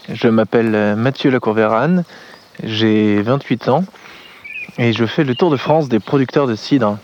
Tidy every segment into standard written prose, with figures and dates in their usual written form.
Je m'appelle Mathieu Lacourvérane, j'ai 28 ans et je fais le tour de France des producteurs de cidre.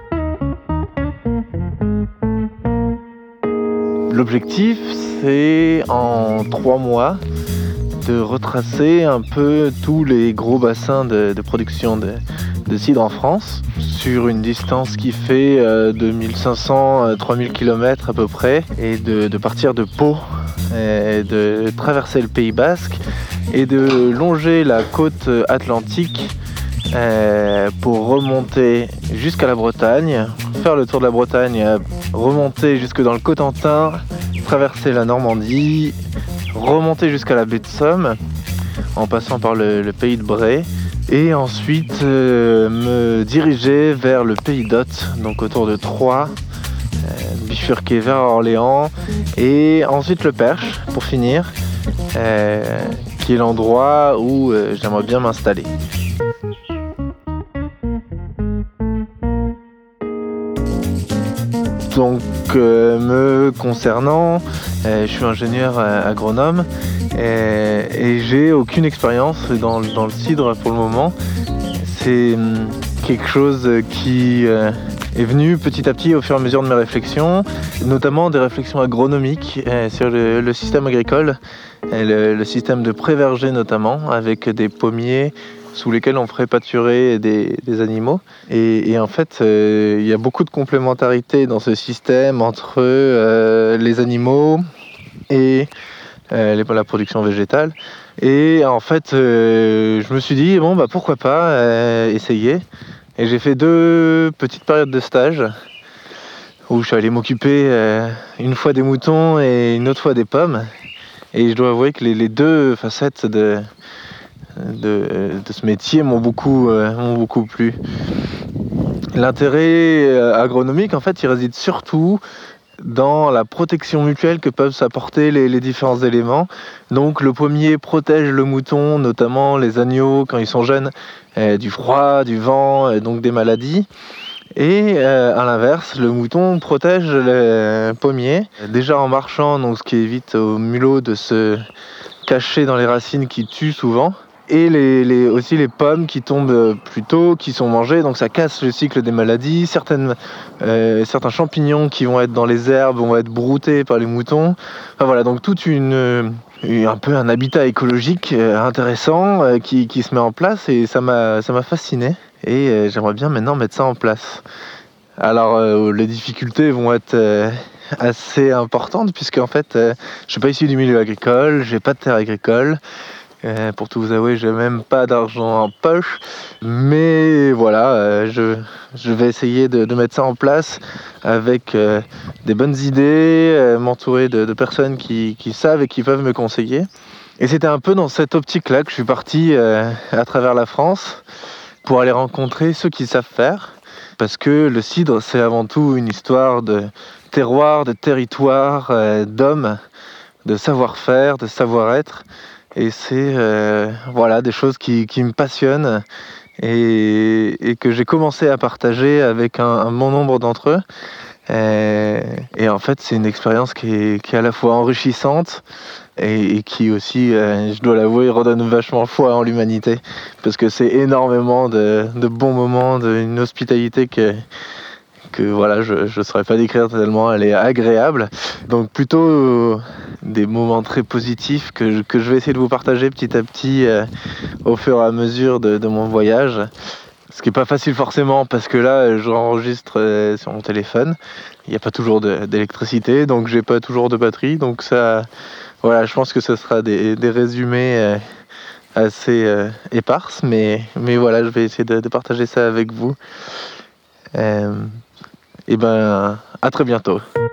L'objectif, c'est en 3 mois de retracer un peu tous les gros bassins de production de cidre en France sur une distance qui fait de 1500 à 3000 km à peu près, et de partir de Pau et de traverser le Pays Basque et de longer la côte atlantique pour remonter jusqu'à la Bretagne, faire le tour de la Bretagne, remonter jusque dans le Cotentin, traverser la Normandie, remonter jusqu'à la baie de Somme en passant par le pays de Bray, et ensuite me diriger vers le pays d'Othe, donc autour de Troyes, bifurquer vers Orléans, et ensuite le Perche pour finir, qui est l'endroit où j'aimerais bien m'installer. Donc me concernant, je suis ingénieur agronome et j'ai aucune expérience dans le cidre pour le moment. C'est quelque chose qui est venu petit à petit au fur et à mesure de mes réflexions, notamment des réflexions agronomiques sur le système agricole, le système de pré-verger notamment, avec des pommiers sous lesquels on ferait pâturer des animaux. Et en fait, il y a beaucoup de complémentarité dans ce système entre les animaux et la production végétale. Et en fait, je me suis dit, bon, pourquoi pas essayer. Et j'ai fait 2 petites périodes de stage où je suis allé m'occuper une fois des moutons et une autre fois des pommes. Et je dois avouer que les 2 facettes de ce métier m'ont beaucoup plu. L'intérêt agronomique, en fait, il réside surtout dans la protection mutuelle que peuvent s'apporter les différents éléments. Donc le pommier protège le mouton, notamment les agneaux quand ils sont jeunes, du froid, du vent, donc des maladies. Et à l'inverse, le mouton protège le pommier, déjà en marchant, donc ce qui évite aux mulots de se cacher dans les racines qui tuent souvent. Et aussi les pommes qui tombent plus tôt, qui sont mangées, donc ça casse le cycle des maladies. Certains champignons qui vont être dans les herbes vont être broutés par les moutons. Enfin voilà, donc un peu un habitat écologique intéressant qui se met en place, et ça m'a fasciné. Et j'aimerais bien maintenant mettre ça en place. Alors les difficultés vont être assez importantes, puisque en fait je suis pas issu du milieu agricole, j'ai pas de terre agricole. Pour tout vous avouer, j'ai même pas d'argent en poche, mais voilà, je vais essayer de mettre ça en place avec des bonnes idées, m'entourer de personnes qui savent et qui peuvent me conseiller. Et c'était un peu dans cette optique-là que je suis parti à travers la France pour aller rencontrer ceux qui savent faire, parce que le cidre, c'est avant tout une histoire de terroir, de territoire, d'hommes, de savoir-faire, de savoir-être. Et c'est des choses qui me passionnent et que j'ai commencé à partager avec un bon nombre d'entre eux. Et en fait, c'est une expérience qui est à la fois enrichissante et qui aussi, je dois l'avouer, redonne vachement foi en l'humanité, parce que c'est énormément de bons moments, d'une hospitalité que voilà, je ne saurais pas décrire tellement elle est agréable. Donc plutôt des moments très positifs que je vais essayer de vous partager petit à petit au fur et à mesure de mon voyage. Ce qui n'est pas facile forcément, parce que là je enregistre sur mon téléphone, il n'y a pas toujours d'électricité, donc j'ai pas toujours de batterie, donc ça, voilà, je pense que ce sera des résumés assez éparses, mais voilà, je vais essayer de partager ça avec vous. Et à très bientôt.